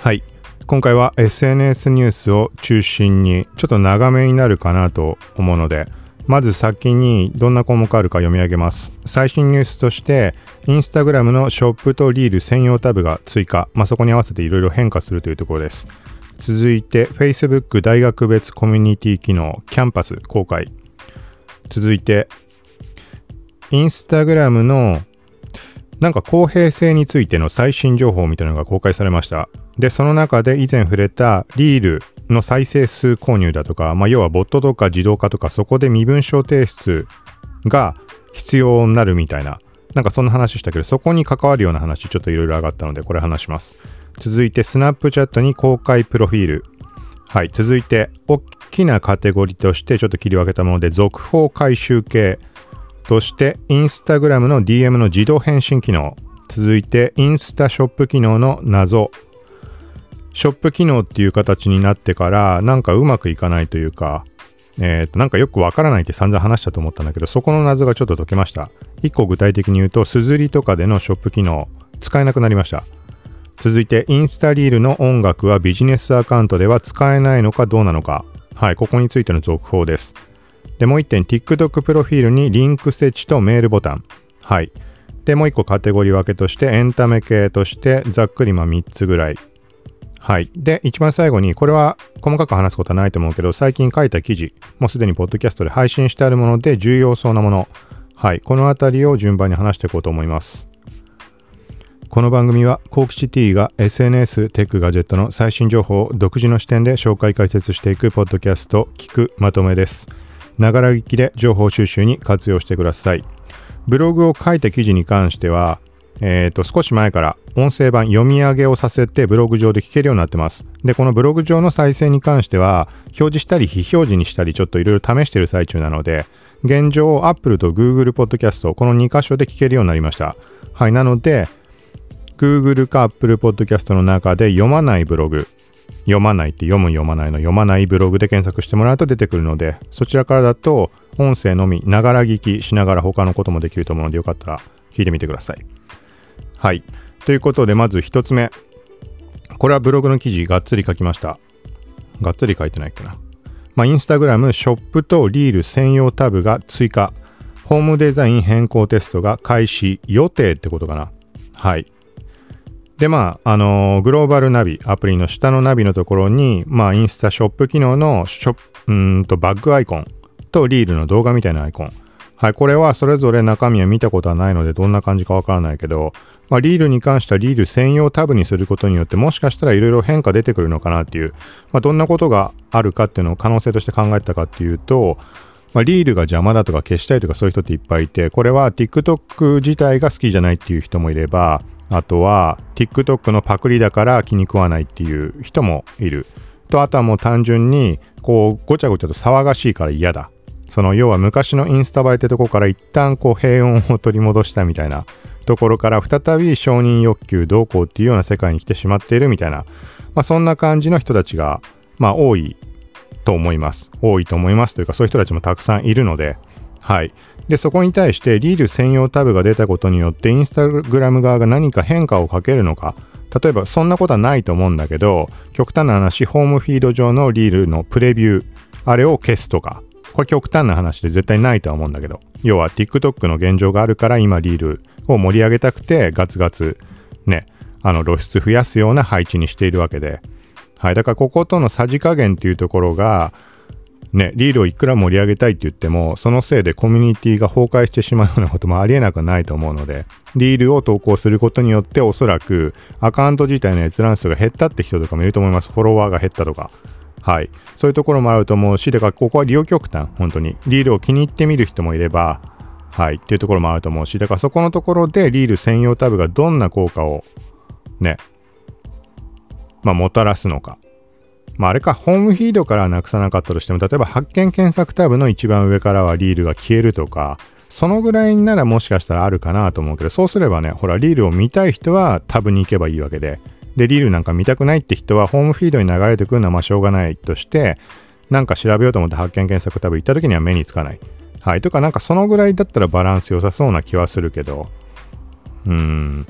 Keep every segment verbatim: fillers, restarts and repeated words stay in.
はい、今回は エスエヌエス ニュースを中心にちょっと長めになるかなと思うので、まず先にどんな項目あるか読み上げます。最新ニュースとして、インスタグラムのショップとリール専用タブが追加、まあ、そこに合わせていろいろ変化するというところです。続いて Facebook 大学別コミュニティ機能キャンパス公開。続いてインスタグラムのなんか公平性についての最新情報みたいなのが公開されました。で、その中で以前触れたリールの再生数購入だとか、まあ、要はボットとか自動化とか、そこで身分証提出が必要になるみたいな、なんかそんな話したけど、そこに関わるような話ちょっといろいろ上がったので、これ話します。続いてスナップチャットに公開プロフィール。はい、続いて大きなカテゴリーとしてちょっと切り分けたもので、続報回収系としてインスタグラムの ディーエム の自動返信機能。続いてインスタショップ機能の謎。ショップ機能っていう形になってからなんかうまくいかないというか、えー、となんかよくわからないって散々話したと思ったんだけど、そこの謎がちょっと解けました。一個具体的に言うと、すずりとかでのショップ機能使えなくなりました。続いてインスタリールの音楽はビジネスアカウントでは使えないのかどうなのか。はい、ここについての続報です。で、もう一点 TikTok プロフィールにリンク設置とメールボタン。はい。で、もう一個カテゴリー分けとしてエンタメ系としてざっくりまあみっつぐらい。はい。で、一番最後に、これは細かく話すことはないと思うけど、最近書いた記事、もうすでにポッドキャストで配信してあるもので重要そうなもの。はい。このあたりを順番に話していこうと思います。この番組は、コークシティが エスエヌエス、テック、ガジェットの最新情報を独自の視点で紹介解説していくポッドキャスト、聞くまとめです。ながら聞きで情報収集に活用してください。ブログを書いた記事に関しては、えーと、少し前から音声版読み上げをさせてブログ上で聞けるようになってます。で、このブログ上の再生に関しては、表示したり非表示にしたりちょっといろいろ試している最中なので、現状 Apple と Google Podcast このに箇所で聞けるようになりました。はい、なので、Google か Apple Podcast の中で読まないブログ、読まないって読む読まないの読まないブログで検索してもらうと出てくるので、そちらからだと音声のみながら聞きしながら他のこともできると思うので、よかったら聞いてみてください。はい。ということで、まず一つ目。これはブログの記事がっつり書きました。がっつり書いてないっけな。まあ、インスタグラムショップとリール専用タブが追加。ホームデザイン変更テストが開始予定ってことかな。はい。で、まあ、あのー、グローバルナビ、アプリの下のナビのところに、まあ、インスタショップ機能のショップ、うーんと、バッグアイコンとリールの動画みたいなアイコン。はい、これはそれぞれ中身は見たことはないのでどんな感じかわからないけど、まあ、リールに関してはリール専用タブにすることによってもしかしたらいろいろ変化出てくるのかなっていう、まあ、どんなことがあるかっていうのを可能性として考えてたかっていうと、まあ、リールが邪魔だとか消したいとかそういう人っていっぱいいて、これは TikTok 自体が好きじゃないっていう人もいれば、あとは TikTok のパクリだから気に食わないっていう人もいると、あとはもう単純にこうごちゃごちゃと騒がしいから嫌だ。その要は昔のインスタ映えってとこから一旦こう平穏を取り戻したみたいなところから再び承認欲求どうこうっていうような世界に来てしまっているみたいな、まあ、そんな感じの人たちがまあ多いと思います。多いと思いますというか、そういう人たちもたくさんいるので、はい。で、そこに対してリール専用タブが出たことによってインスタグラム側が何か変化をかけるのか。例えばそんなことはないと思うんだけど、極端な話、ホームフィード上のリールのプレビュー、あれを消すとか。これ極端な話で絶対ないとは思うんだけど、要は TikTok の現状があるから今リールを盛り上げたくてガツガツね、あの露出増やすような配置にしているわけで、はい、だからこことのさじ加減っていうところがね、リールをいくら盛り上げたいって言っても、そのせいでコミュニティが崩壊してしまうようなこともありえなくないと思うので、リールを投稿することによっておそらくアカウント自体の閲覧数が減ったって人とかもいると思います。フォロワーが減ったとか。はい。そういうところもあると思うし、だからここは両極端、本当に。リールを気に入ってみる人もいれば、はい。っていうところもあると思うし、だからそこのところでリール専用タブがどんな効果をね、まあもたらすのか。まああれか、ホームフィードからなくさなかったとしても、例えば発見検索タブの一番上からはリールが消えるとか、そのぐらいならもしかしたらあるかなと思うけど、そうすればね、ほら、リールを見たい人はタブに行けばいいわけで、で、リールなんか見たくないって人はホームフィードに流れてくるのはまあしょうがないとして、なんか調べようと思って発見検索タブ行った時には目につかない。はい。とかなんかそのぐらいだったらバランス良さそうな気はするけど、うーん。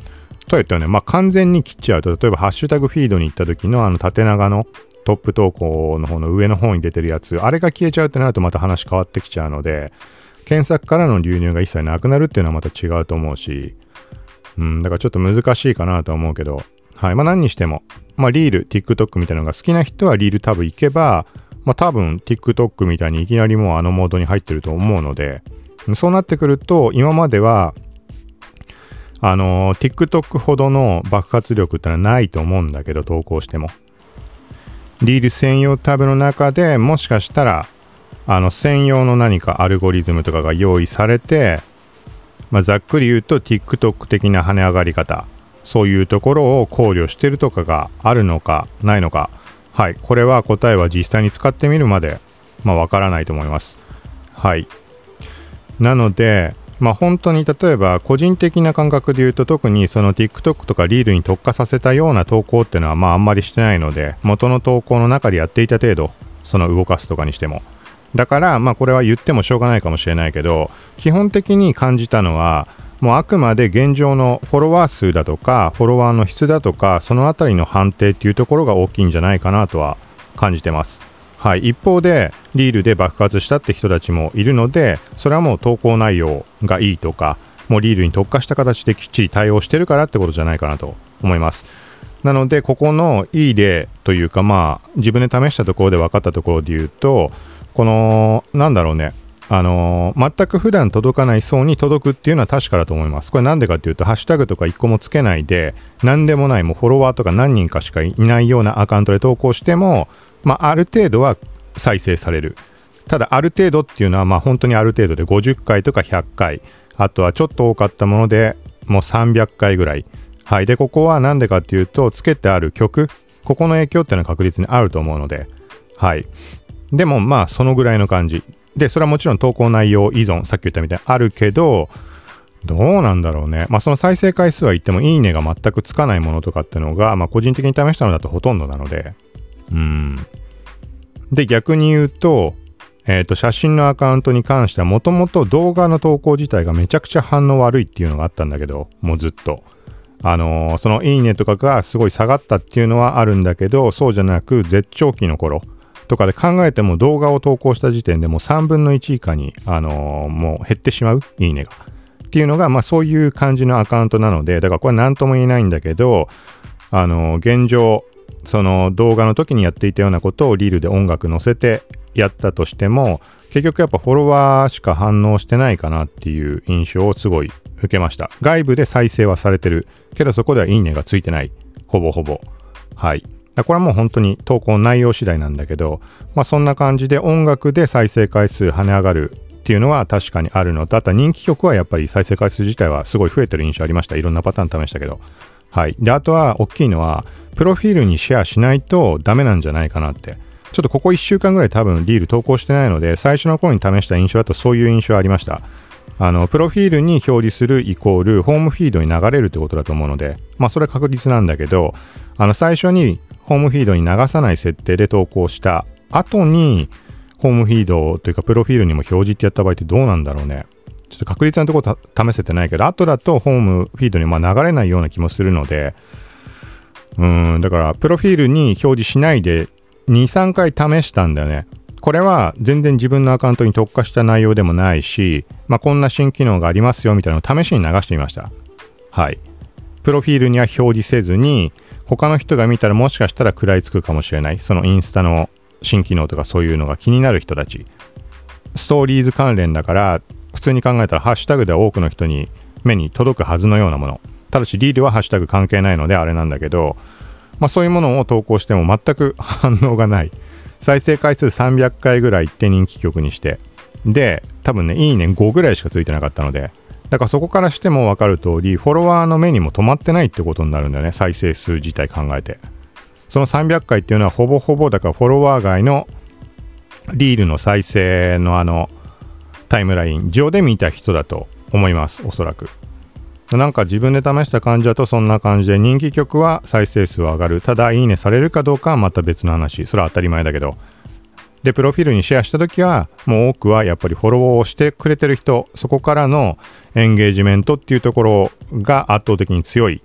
とは言ったよね、まあ完全に切っちゃうと、例えばハッシュタグフィードに行った時のあの縦長のトップ投稿の方の上の方に出てるやつ、あれが消えちゃうってなるとまた話変わってきちゃうので、検索からの流入が一切なくなるっていうのはまた違うと思うし、うん、だからちょっと難しいかなとは思うけど、はい、まあ何にしても、まあリール、TikTok みたいなのが好きな人はリールタブ行けば、まあ多分 TikTok みたいにいきなりもうあのモードに入ってると思うので、そうなってくると今まではあの TikTok ほどの爆発力ってのはないと思うんだけど、投稿してもリール専用タブの中でもしかしたらあの専用の何かアルゴリズムとかが用意されて、まあ、ざっくり言うと TikTok 的な跳ね上がり方、そういうところを考慮してるとかがあるのかないのか、はい、これは答えは実際に使ってみるまでまあわからないと思います。はい。なので、まあ本当に例えば個人的な感覚で言うと、特にその TikTok とかリールに特化させたような投稿っていうのはまああんまりしてないので、元の投稿の中でやっていた程度、その動かすとかにしても。だからまあこれは言ってもしょうがないかもしれないけど、基本的に感じたのは、もうあくまで現状のフォロワー数だとか、フォロワーの質だとか、そのあたりの判定っていうところが大きいんじゃないかなとは感じてます。はい、一方でリールで爆発したって人たちもいるので、それはもう投稿内容がいいとか、もうリールに特化した形できっちり対応してるからってことじゃないかなと思います。なのでここのいい例というか、まあ自分で試したところで分かったところで言うと、このなんだろうね、あのー、全く普段届かない層に届くっていうのは確かだと思います。これなんでかっていうと、ハッシュタグとか一個もつけないで、何でもない、もうフォロワーとか何人かしかいないようなアカウントで投稿しても、まあある程度は再生される。ただある程度っていうのはまあ本当にある程度でごじゅっかいとかひゃっかい、あとはちょっと多かったものでもうさんびゃっかいぐらい。はい。でここはなんでかっていうと、つけてある曲、ここの影響っていうのは確実にあると思うので、はい。でもまあそのぐらいの感じで、それはもちろん投稿内容依存、さっき言ったみたいにあるけど、どうなんだろうね。まあその再生回数は言ってもいいねが全くつかないものとかっていうのが、まあ個人的に試したのだとほとんどなので、うーん。で逆に言うと、えっと写真のアカウントに関してはもともと動画の投稿自体がめちゃくちゃ反応悪いっていうのがあったんだけど、もうずっとあのー、そのいいねとかがすごい下がったっていうのはあるんだけど、そうじゃなく絶頂期の頃とかで考えても、動画を投稿した時点でもうさんぶんのいち以下に、あのー、もう減ってしまう、いいねがっていうのが、まあそういう感じのアカウントなので、だからこれ何とも言えないんだけど、あのー、現状その動画の時にやっていたようなことをリールで音楽載せてやったとしても、結局やっぱフォロワーしか反応してないかなっていう印象をすごい受けました。外部で再生はされてるけど、そこではいいねがついてない、ほぼほぼ。はい。これはもう本当に投稿内容次第なんだけど、まあそんな感じで音楽で再生回数跳ね上がるっていうのは確かにあるのと、あとは人気曲はやっぱり再生回数自体はすごい増えてる印象ありました。いろんなパターン試したけど。はい。で、あとは大きいのは、プロフィールにシェアしないとダメなんじゃないかなって。ちょっとここいっしゅうかんぐらい多分リール投稿してないので、最初の頃に試した印象だとそういう印象ありました。あの、プロフィールに表示するイコール、ホームフィードに流れるってことだと思うので、まあそれは確実なんだけど、あの、最初にホームフィードに流さない設定で投稿した後に、ホームフィードというかプロフィールにも表示ってやった場合ってどうなんだろうね。ちょっと確率のところ試せてないけど、後だとホームフィードにまあ流れないような気もするので、うーん、だからプロフィールに表示しないでに、さんかい試したんだよね。これは全然自分のアカウントに特化した内容でもないし、まあこんな新機能がありますよみたいなのを試しに流してみました。はい。プロフィールには表示せずに、他の人が見たらもしかしたら食らいつくかもしれない。そのインスタの新機能とかそういうのが気になる人たち。ストーリーズ関連だから、普通に考えたらハッシュタグでは多くの人に目に届くはずのようなもの。ただしリールはハッシュタグ関係ないのであれなんだけど、まあそういうものを投稿しても全く反応がない。再生回数さんびゃっかいぐらいって人気曲にして。で、多分ね、いいねごぐらいしかついてなかったので、だからそこからしても分かる通り、フォロワーの目にも止まってないってことになるんだよね。再生数自体考えて。そのさんびゃっかいっていうのはほぼほぼだからフォロワー外のリールの再生のあのタイムライン上で見た人だと思います。おそらく。なんか自分で試した感じだとそんな感じで、人気曲は再生数は上がる。ただいいねされるかどうかはまた別の話。それは当たり前だけど。で、プロフィールにシェアしたときは、もう多くはやっぱりフォローをしてくれてる人、そこからのエンゲージメントっていうところが圧倒的に強い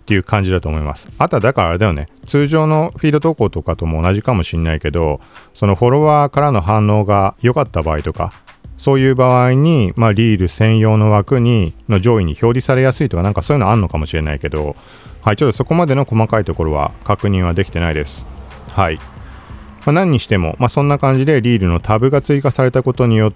っていう感じだと思います。あとはだからあれだよね。通常のフィード投稿とかとも同じかもしれないけど、そのフォロワーからの反応が良かった場合とか、そういう場合に、まあ、リール専用の枠にの上位に表示されやすいとかなんかそういうのあんのかもしれないけど、はい、ちょっとそこまでの細かいところは確認はできてないです。はい。まあ、何にしても、まあ、そんな感じでリールのタブが追加されたことによって、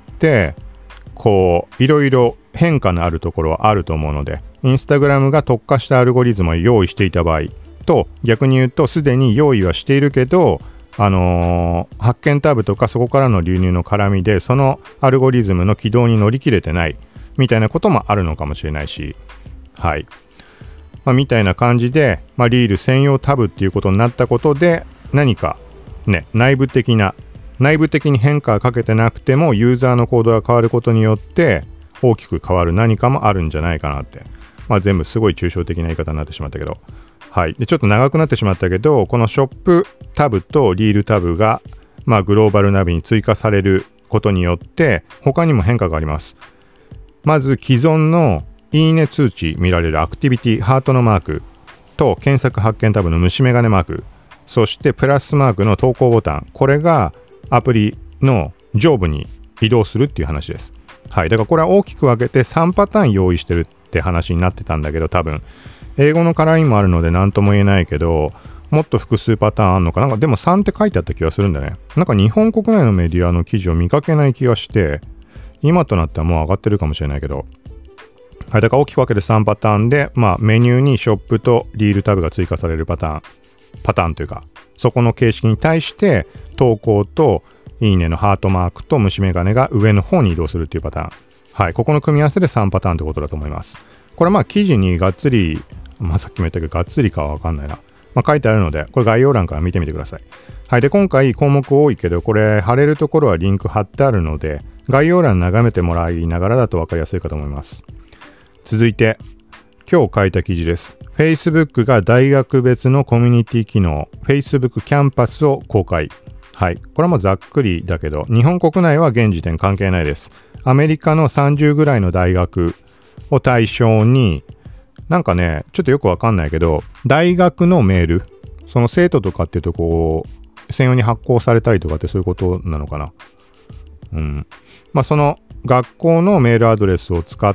こう、いろいろ変化のあるところはあると思うので、インスタグラムが特化したアルゴリズムを用意していた場合と、逆に言うとすでに用意はしているけど、あのー、発見タブとかそこからの流入の絡みでそのアルゴリズムの起動に乗り切れてないみたいなこともあるのかもしれないし、はい、まあ、みたいな感じで、まあ、リール専用タブっていうことになったことで何かね内部的な内部的に変化をかけてなくてもユーザーの行動が変わることによって大きく変わる何かもあるんじゃないかなって、まあ、全部すごい抽象的な言い方になってしまったけど、はい、でちょっと長くなってしまったけど、このショップタブとリールタブが、まあ、グローバルナビに追加されることによって他にも変化があります。まず既存のいいね通知見られるアクティビティハートのマークと検索発見タブの虫眼鏡マーク、そしてプラスマークの投稿ボタン、これがアプリの上部に移動するっていう話です。はい、だからこれは大きく分けてさんパターン用意してるって話になってたんだけど、多分英語の絡みもあるので何とも言えないけど、もっと複数パターンあるのかなんか、でもさんって書いてあった気がするんだね。なんか日本国内のメディアの記事を見かけない気がして、今となってはもう上がってるかもしれないけど、はい、だから大きく分けてさんパターンで、まあメニューにショップとリールタブが追加されるパターン、パターンというか、そこの形式に対して投稿といいねのハートマークと虫眼鏡が上の方に移動するっていうパターン。はい、ここの組み合わせでさんパターンってことだと思います。これまあ記事にがっつり、まあさっきも言ったけどがっつりかはわかんないな。まあ書いてあるので、これ概要欄から見てみてください。はい、で今回項目多いけど、これ貼れるところはリンク貼ってあるので、概要欄眺めてもらいながらだと分かりやすいかと思います。続いて、今日書いた記事です。Facebook が大学別のコミュニティ機能、Facebook キャンパスを公開。はい。これはもうざっくりだけど、日本国内は現時点関係ないです。アメリカのさんじゅうぐらいの大学を対象に、なんかね、ちょっとよくわかんないけど、大学のメール、その生徒とかっていうとこう、専用に発行されたりとかってそういうことなのかな。うん。まあその学校のメールアドレスを使って、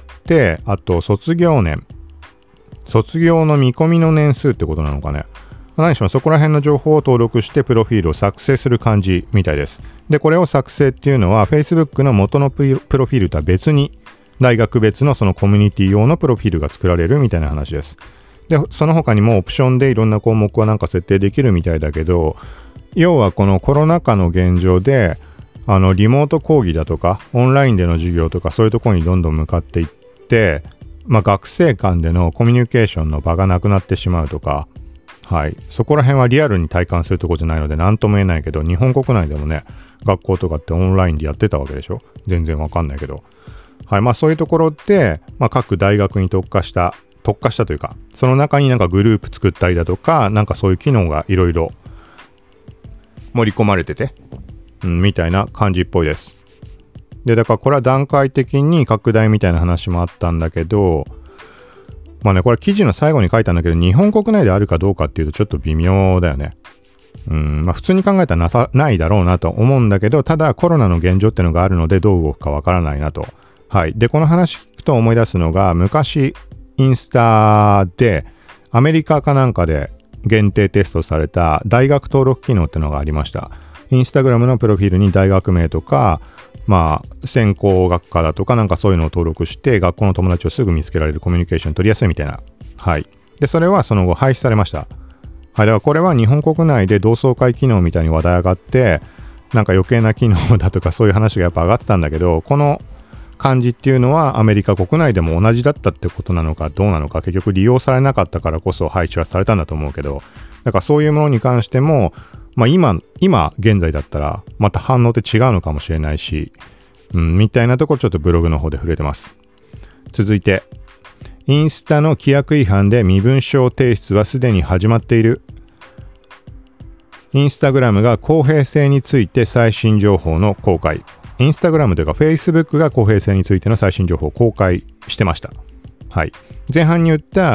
あと卒業年、卒業の見込みの年数ってことなのかね。何しろそこら辺の情報を登録してプロフィールを作成する感じみたいです。で、これを作成っていうのは Facebook の元のプロフィールとは別に大学別のそのコミュニティ用のプロフィールが作られるみたいな話です。で、その他にもオプションでいろんな項目はなんか設定できるみたいだけど、要はこのコロナ禍の現状であのリモート講義だとかオンラインでの授業とかそういうところにどんどん向かっていって、まあ、学生間でのコミュニケーションの場がなくなってしまうとか、はい、そこら辺はリアルに体感するところじゃないので何とも言えないけど、日本国内でもね学校とかってオンラインでやってたわけでしょ。全然わかんないけど、はい、まあそういうところで、まあ、各大学に特化した特化したというか、その中になんかグループ作ったりだとか、なんかそういう機能がいろいろ盛り込まれてて、うん、みたいな感じっぽいです。で、だからこれは段階的に拡大みたいな話もあったんだけど、まあね、これ記事の最後に書いたんだけど、日本国内であるかどうかっていうとちょっと微妙だよね。うん、まあ普通に考えたらなさないだろうなと思うんだけど、ただコロナの現状っていうのがあるのでどう動くかわからないなと。はい。で、この話聞くと思い出すのが、昔インスタでアメリカかなんかで限定テストされた大学登録機能っていうのがありました。インスタグラムのプロフィールに大学名とか、まあ、専攻学科だとかなんかそういうのを登録して学校の友達をすぐ見つけられる、コミュニケーション取りやすいみたいな。はい。で、それはその後廃止されました。はい。だからこれは日本国内で同窓会機能みたいに話題上がって、なんか余計な機能だとかそういう話がやっぱ上がってたんだけど、この感じっていうのはアメリカ国内でも同じだったってことなのかどうなのか、結局利用されなかったからこそ廃止はされたんだと思うけど、だからそういうものに関しても、まあ今、今現在だったらまた反応って違うのかもしれないし、うん、みたいなところちょっとブログの方で触れてます。続いて、インスタの規約違反で身分証提出はすでに始まっている。インスタグラムが公平性について最新情報の公開。インスタグラムというか Facebook が公平性についての最新情報を公開してました。はい。前半に言った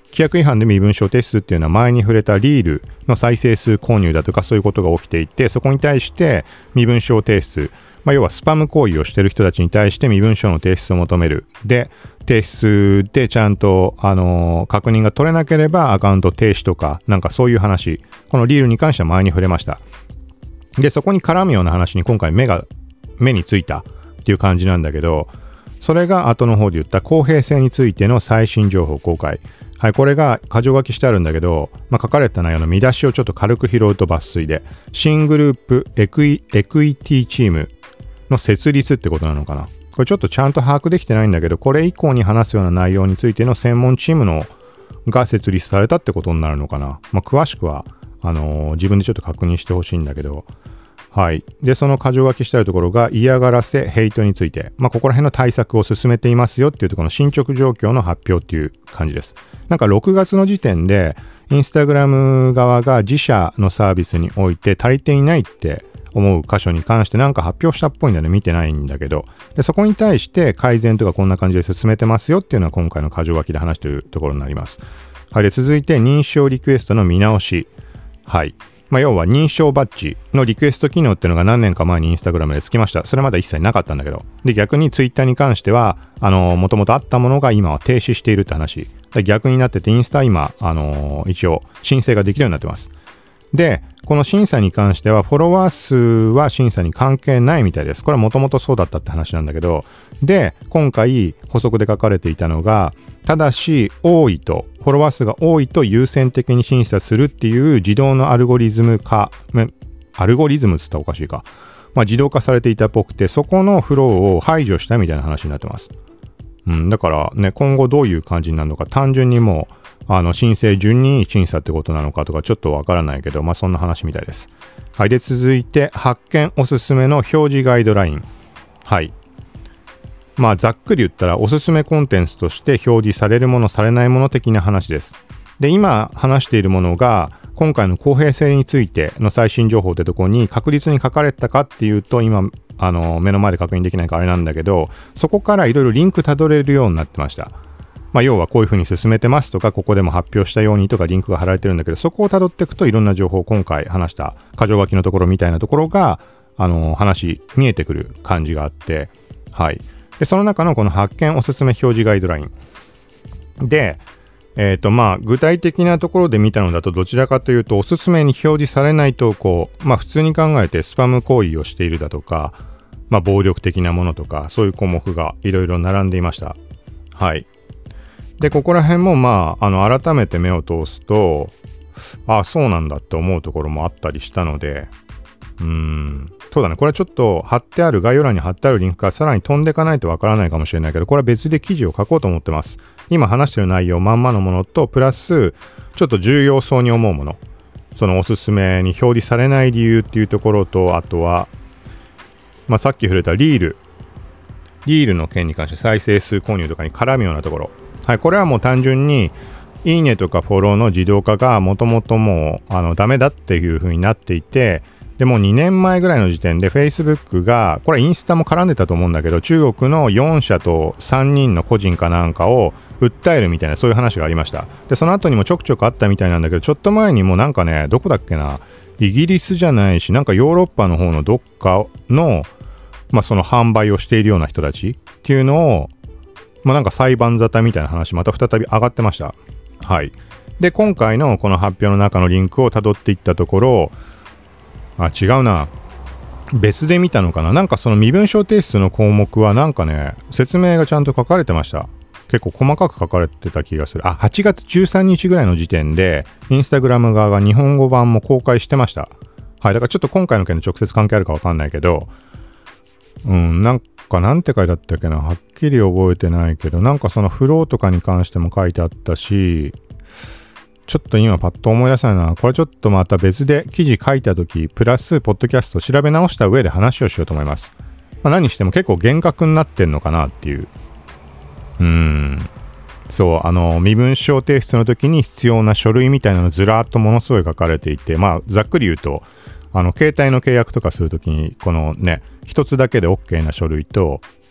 規約違反で身分証提出っていうのは前に触れたリールの再生数購入だとかそういうことが起きていて、そこに対して身分証提出、まあ、要はスパム行為をしている人たちに対して身分証の提出を求める。で、提出でちゃんと、あのー、確認が取れなければアカウント停止とか、なんかそういう話、このリールに関しては前に触れました。で、そこに絡むような話に今回目が、目についたっていう感じなんだけど、それが後の方で言った公平性についての最新情報公開。はい、これが箇条書きしてあるんだけど、まあ、書かれた内容の見出しをちょっと軽く拾うと抜粋で、新グループエクイ、エクイティチームの設立ってことなのかな。これちょっとちゃんと把握できてないんだけど、これ以降に話すような内容についての専門チームのが設立されたってことになるのかな。まあ、詳しくはあのー、自分でちょっと確認してほしいんだけど、はい。で、その箇条書きしてあるところが嫌がらせ、ヘイトについて、まあ、ここら辺の対策を進めていますよっていうところの進捗状況の発表っていう感じです。なんかろくがつの時点で、インスタグラム側が自社のサービスにおいて足りていないって思う箇所に関してなんか発表したっぽいんだね。見てないんだけど。で、そこに対して改善とかこんな感じで進めてますよっていうのは今回の箇条書きで話しているところになります。はい。で、続いて認証リクエストの見直し。はい。まあ、要は認証バッジのリクエスト機能っていうのが何年か前にインスタグラムでつきました。それまだ一切なかったんだけど。で、逆にツイッターに関しては、あのー、もともとあったものが今は停止しているって話。逆になってて、インスタ今、あのー、一応申請ができるようになってます。で、この審査に関しては、フォロワー数は審査に関係ないみたいです。これはもともとそうだったって話なんだけど、で、今回補足で書かれていたのが、ただし、多いと、フォロワー数が多いと優先的に審査するっていう自動のアルゴリズム化、アルゴリズムって言ったらおかしいか。まあ、自動化されていたっぽくて、そこのフローを排除したみたいな話になってます。うん、だからね、今後どういう感じになるのか、単純にもう、あの申請順に審査ってことなのかとかちょっとわからないけど、まあそんな話みたいです。はい。で、続いて発見おすすめの表示ガイドライン。はい。まあざっくり言ったらおすすめコンテンツとして表示されるものされないもの的な話です。で、今話しているものが今回の公平性についての最新情報ってとこに確実に書かれたかっていうと、今あの目の前で確認できないからあれなんだけど、そこからいろいろリンクたどれるようになってました。まあ、要はこういうふうに進めてますとか、ここでも発表したようにとかリンクが貼られてるんだけど、そこを辿っていくといろんな情報、今回話した箇条書きのところみたいなところが、あの、話、見えてくる感じがあって、はい。で、その中のこの発見おすすめ表示ガイドライン。で、えっと、まあ、具体的なところで見たのだと、どちらかというと、おすすめに表示されない投稿、まあ、普通に考えてスパム行為をしているだとか、まあ、暴力的なものとか、そういう項目がいろいろ並んでいました。はい。で、ここら辺もまあ、あの、改めて目を通すと、ああ、そうなんだって思うところもあったりしたので、うーん、そうだね。これはちょっと貼ってある、概要欄に貼ってあるリンクからさらに飛んでいかないとわからないかもしれないけど、これは別で記事を書こうと思ってます。今話してる内容まんまのものと、プラス、ちょっと重要そうに思うもの。そのおすすめに表示されない理由っていうところと、あとは、まあ、さっき触れたリール。リールの件に関して再生数購入とかに絡むようなところ。はい、これはもう単純にいいねとかフォローの自動化がもともともうあのダメだっていう風になっていて、でもにねんまえぐらいの時点で Facebook が、これインスタも絡んでたと思うんだけど、中国のよんしゃとさんにんの個人かなんかを訴えるみたいなそういう話がありました。で、その後にもちょくちょくあったみたいなんだけど、ちょっと前にもなんかね、どこだっけな、イギリスじゃないし、なんかヨーロッパの方のどっかの、まあその販売をしているような人たちっていうのを、まあなんか裁判沙汰みたいな話また再び上がってました。はい。で、今回のこの発表の中のリンクを辿っていったところ、あ、違うな。別で見たのかな。なんかその身分証提出の項目はなんかね、説明がちゃんと書かれてました。結構細かく書かれてた気がする。あ、はちがつじゅうさんにちぐらいの時点で、インスタグラム側が日本語版も公開してました。はい。だからちょっと今回の件の直接関係あるかわかんないけど、うん、なんかなんて書いてあったっけな。はっきり覚えてないけど、なんかそのフローとかに関しても書いてあったし、ちょっと今パッと思い出せないな。これちょっとまた別で記事書いたとき、プラスポッドキャスト調べ直した上で話をしようと思います。まあ、何にしても結構厳格になってんのかなっていう。うーん。そう、あの、身分証提出の時に必要な書類みたいなのずらーっとものすごい書かれていて、まあ、ざっくり言うと、あの、携帯の契約とかするときに、このね、一つだけで OK な書類と、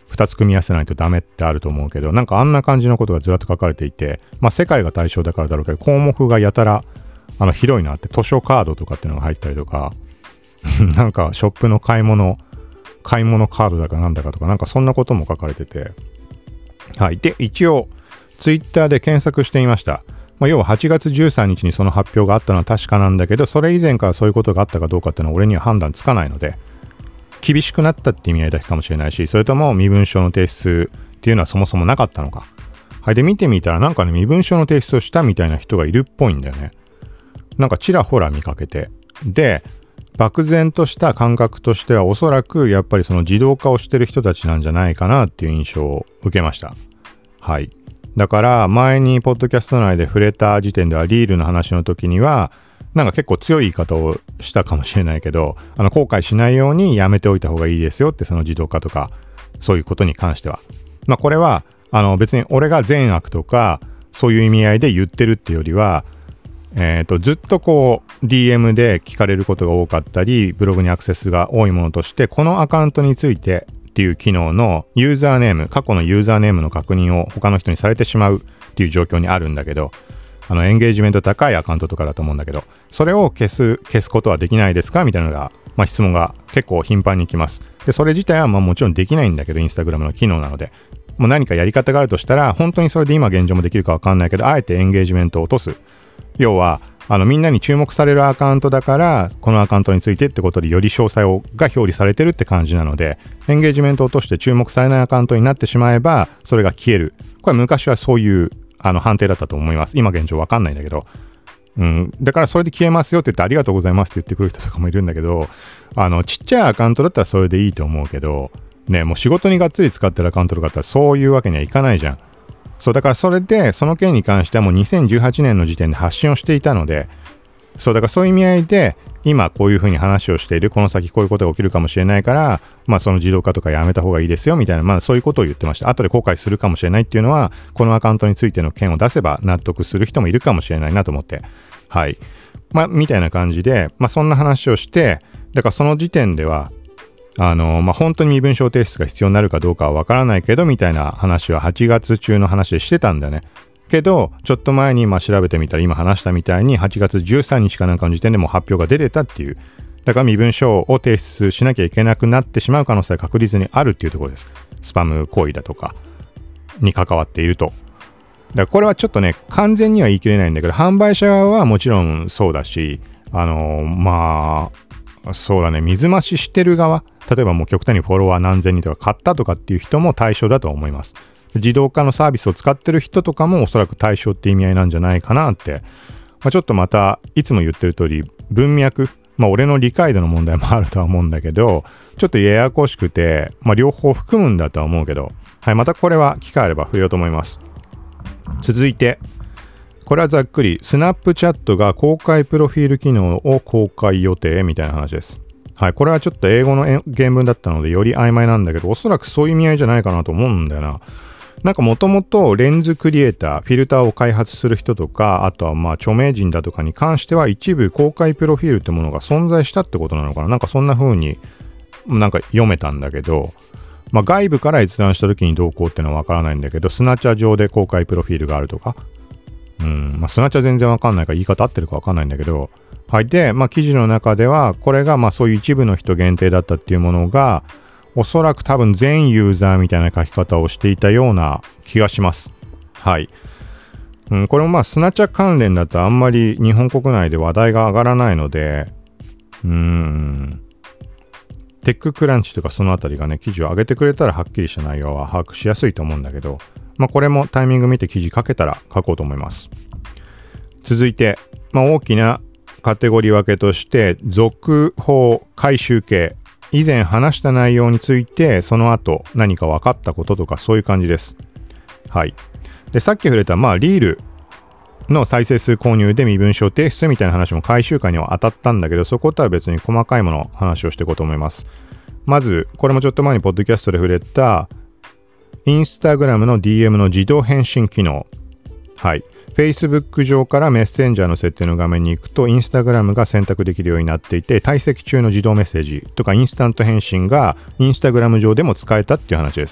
ふたつ組み合わせないとダメってあると思うけど、なんかあんな感じのことがずらっと書かれていて、まあ世界が対象だからだろうけど、項目がやたらあの広いなって、図書カードとかっていうのが入ったりとか、なんかショップの買い物、買い物カードだかなんだかとか、なんかそんなことも書かれてて、はい。で、一応、ツイッターで検索してみました。まあ、要ははちがつじゅうさんにちにその発表があったのは確かなんだけど、それ以前からそういうことがあったかどうかっていうのは俺には判断つかないので、厳しくなったって意味合いだけかもしれないし、それとも身分証の提出っていうのはそもそもなかったのか。はい。で、見てみたらなんかね、身分証の提出をしたみたいな人がいるっぽいんだよね。なんかちらほら見かけて。で、漠然とした感覚としてはおそらくやっぱりその自動化をしてる人たちなんじゃないかなっていう印象を受けました。はい。だから前にポッドキャスト内で触れた時点ではリールの話の時にはなんか結構強い言い方をしたかもしれないけど、あの後悔しないようにやめておいた方がいいですよって、その自動化とかそういうことに関しては。まあこれはあの別に俺が善悪とかそういう意味合いで言ってるっていうよりは、えーと、ずっとこう ディーエム で聞かれることが多かったり、ブログにアクセスが多いものとして、このアカウントについてっていう機能のユーザーネーム、過去のユーザーネームの確認を他の人にされてしまうっていう状況にあるんだけど、あのエンゲージメント高いアカウントとかだと思うんだけど、それを消す消すことはできないですかみたいなのが、まあ、質問が結構頻繁に来ます。でそれ自体はまあもちろんできないんだけど、インスタグラムの機能なので、もう何かやり方があるとしたら、本当にそれで今現状もできるかわかんないけど、あえてエンゲージメントを落とす。要はあのみんなに注目されるアカウントだから、このアカウントについてってことでより詳細をが表示されてるって感じなので、エンゲージメントを落として注目されないアカウントになってしまえばそれが消える。これは昔はそういうあの判定だったと思います。今現状わかんないんだけど、うん、だからそれで消えますよって言ってありがとうございますって言ってくる人とかもいるんだけど、あのちっちゃいアカウントだったらそれでいいと思うけどね、もう仕事にがっつり使ってるアカウントとかだったらそういうわけにはいかないじゃん。そうだからそれでその件に関してはもうにせんじゅうはちねんの時点で発信をしていたので、そうだからそういう意味合いで今こういうふうに話をしている、この先こういうことが起きるかもしれないから、まあその自動化とかやめた方がいいですよみたいな、まあそういうことを言ってました。後で後悔するかもしれないっていうのは、このアカウントについての件を出せば納得する人もいるかもしれないなと思って、はいまあみたいな感じで、まあそんな話をして、だからその時点ではあのまあ本当に身分証提出が必要になるかどうかはわからないけどみたいな話ははちがつ中の話でしてたんだよね。けどちょっと前に今調べてみたら、今話したみたいにはちがつじゅうさんにちかなんかの時点でもう発表が出てたっていう、だから身分証を提出しなきゃいけなくなってしまう可能性が確実にあるっていうところです。スパム行為だとかに関わっていると。だからこれはちょっとね完全には言い切れないんだけど、販売者はもちろんそうだし、あのまあそうだね、水増ししてる側、例えばもう極端にフォロワー何千人とか買ったとかっていう人も対象だと思います。自動化のサービスを使ってる人とかもおそらく対象って意味合いなんじゃないかなって、まあ、ちょっとまたいつも言ってる通り文脈、まあ俺の理解度の問題もあるとは思うんだけど、ちょっとややこしくて、まあ両方含むんだとは思うけど、はい、またこれは機会あれば触れようと思います。続いて、これはざっくりスナップチャットが公開プロフィール機能を公開予定みたいな話です。はい、これはちょっと英語の原文だったのでより曖昧なんだけど、おそらくそういう意味合いじゃないかなと思うんだよな。なんかもともとレンズクリエイター、フィルターを開発する人とか、あとはまあ著名人だとかに関しては一部公開プロフィールってものが存在したってことなのかな。なんかそんな風になんか読めたんだけど、まあ外部から閲覧した時にどうこうってのはわからないんだけど、スナチャ上で公開プロフィールがあるとか、うん、まあスナチャ全然わかんないから言い方合ってるかわかんないんだけど、はい。で、まあ記事の中ではこれがまあそういう一部の人限定だったっていうものが、おそらく多分全ユーザーみたいな書き方をしていたような気がします。はい。うん、これもまあスナチャ関連だとあんまり日本国内で話題が上がらないので、うーん、テッククランチとかそのあたりがね、記事を上げてくれたらはっきりした内容は把握しやすいと思うんだけど、まあこれもタイミング見て記事書けたら書こうと思います。続いて、まあ大きなカテゴリー分けとして、続報回収系。以前話した内容についてその後何か分かったこととかそういう感じです。はい。で、さっき触れたまあリールの再生数購入で身分証提出みたいな話も回収会には当たったんだけど、そことは別に細かいもの話をしていこうと思います。まずこれもちょっと前にポッドキャストで触れたインスタグラムの ディーエム の自動返信機能。はい。Facebook 上からメッセンジャーの設定の画面に行くと、インスタグラムが選択できるようになっていて、退席中の自動メッセージとかインスタント返信がインスタグラム上でも使えたっていう話です。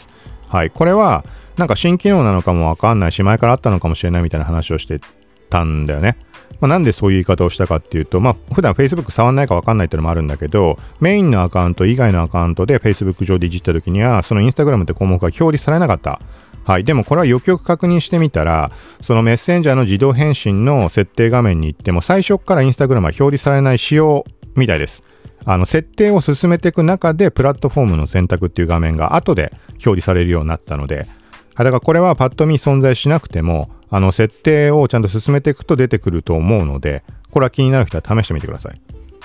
はい。これは、なんか新機能なのかもわかんないし、前からあったのかもしれないみたいな話をしてたんだよね。まあ、なんでそういう言い方をしたかっていうと、まあ、普段 Facebook 触んないかわかんないっていうのもあるんだけど、メインのアカウント以外のアカウントで Facebook 上でいじった時には、その Instagram って項目が表示されなかった。はい。でもこれはよくよく確認してみたら、そのメッセンジャーの自動返信の設定画面に行っても、最初から Instagram は表示されない仕様みたいです。あの、設定を進めていく中で、プラットフォームの選択っていう画面が後で表示されるようになったので、だからこれはパッと見存在しなくても、あの、設定をちゃんと進めていくと出てくると思うので、これは気になる人は試してみてください。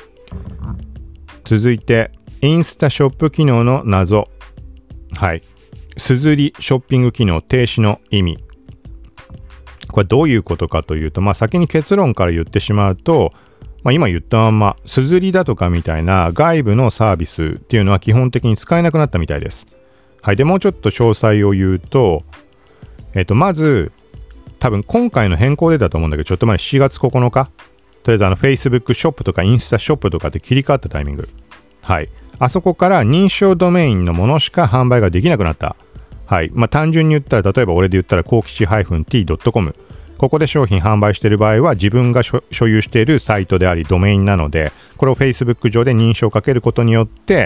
続いて、インスタショップ機能の謎。はい。すずりショッピング機能停止の意味。これどういうことかというと、まあ先に結論から言ってしまうと、まあ今言ったまんま、すずりだとかみたいな外部のサービスっていうのは基本的に使えなくなったみたいです。はい。で、もうちょっと詳細を言うと、えっと、まず、多分今回の変更でだと思うんだけど、ちょっと前しちがつここのか、とりあえずあの Facebook ショップとかインスタショップとかって切り替わったタイミング。はい。あそこから認証ドメインのものしか販売ができなくなった。はい。まあ単純に言ったら、例えば俺で言ったら、幸吉 -t.com。ここで商品販売している場合は自分が所有しているサイトでありドメインなので、これを Facebook 上で認証をかけることによって、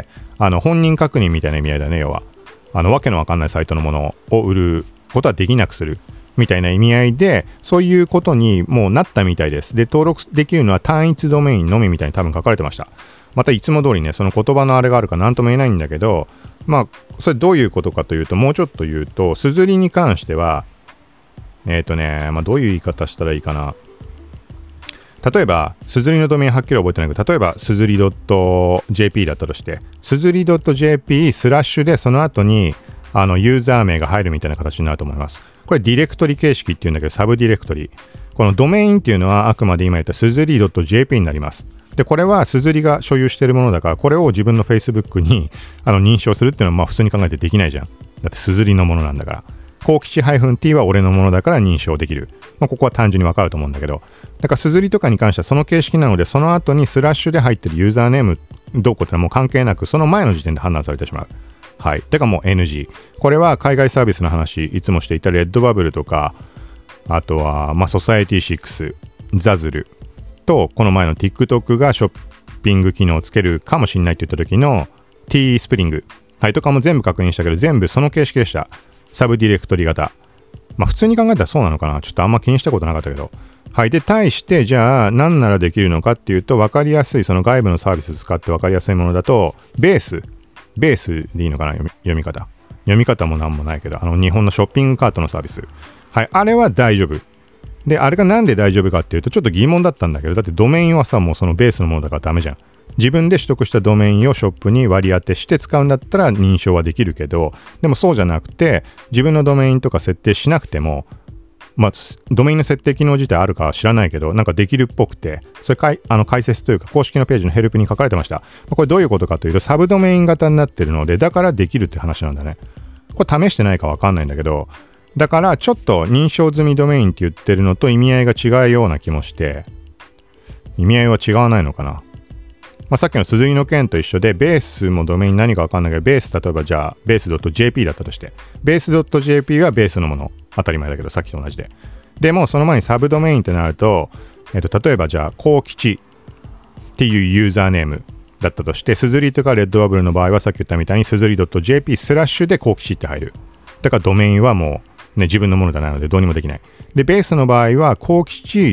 あの本人確認みたいな意味合いだね、要は。あのわけのわかんないサイトのものを売ることはできなくするみたいな意味合いで、そういうことにもうなったみたいです。で、登録できるのは単一ドメインのみみたいに多分書かれてました。またいつも通りね、その言葉のあれがあるか何とも言えないんだけど、まあ、それどういうことかというと、もうちょっと言うと、すずりに関しては、えっとね、まあ、どういう言い方したらいいかな。例えば、すずりのドメインはっきり覚えてないけど、例えば、すずり .jp だったとして、すずり .jp スラッシュでその後に、あの、ユーザー名が入るみたいな形になると思います。これ、ディレクトリ形式っていうんだけど、サブディレクトリ。このドメインっていうのは、あくまで今言ったすずり .jp になります。で、これはすずりが所有しているものだから、これを自分の Facebook にあの認証するっていうのは、まあ普通に考えてできないじゃん。だってすずりのものなんだから。幸吉 -t は俺のものだから認証できる。まあここは単純にわかると思うんだけど。だからすずりとかに関してはその形式なので、その後にスラッシュで入ってるユーザーネームどうこうってのはもう関係なく、その前の時点で判断されてしまう。はい。だからもう エヌジー。これは海外サービスの話、いつもしていたレッドバブルとか、あとは、まあソサエティシックス、ザズル。と、この前の TikTok がショッピング機能をつけるかもしれないって言った時の T スプリング。はい、とかも全部確認したけど、全部その形式でした。サブディレクトリ型。まあ普通に考えたらそうなのかな。ちょっとあんま気にしたことなかったけど。はい。で、対して、じゃあ何ならできるのかっていうと、分かりやすい、その外部のサービス使って分かりやすいものだと、ベース。ベースでいいのかな、読み、読み方。読み方もなんもないけど、あの日本のショッピングカートのサービス。はい。あれは大丈夫。で、あれがなんで大丈夫かっていうと、ちょっと疑問だったんだけど、だってドメインはさ、もうそのベースのものだからダメじゃん。自分で取得したドメインをショップに割り当てして使うんだったら認証はできるけど、でもそうじゃなくて、自分のドメインとか設定しなくても、まあ、ドメインの設定機能自体あるかは知らないけど、なんかできるっぽくて、それかいあの解説というか公式のページのヘルプに書かれてました。これどういうことかというと、サブドメイン型になってるので、だからできるって話なんだね。これ試してないかわかんないんだけど、だからちょっと認証済みドメインって言ってるのと意味合いが違うような気もして、意味合いは違わないのかな。まあ、さっきのすずりの件と一緒で、ベースもドメイン何かわかんないけど、ベース例えばじゃあ、ベース .jp だったとして、ベース .jp はベースのもの。当たり前だけど、さっきと同じで。でも、その前にサブドメインってなると、えっと、例えばじゃあ、幸吉っていうユーザーネームだったとして、すずりとかレッドバブルの場合はさっき言ったみたいに、すずり .jp スラッシュで幸吉って入る。だからドメインはもう、ね、自分のものじゃないのでどうにもできない。で、ベースの場合は、幸吉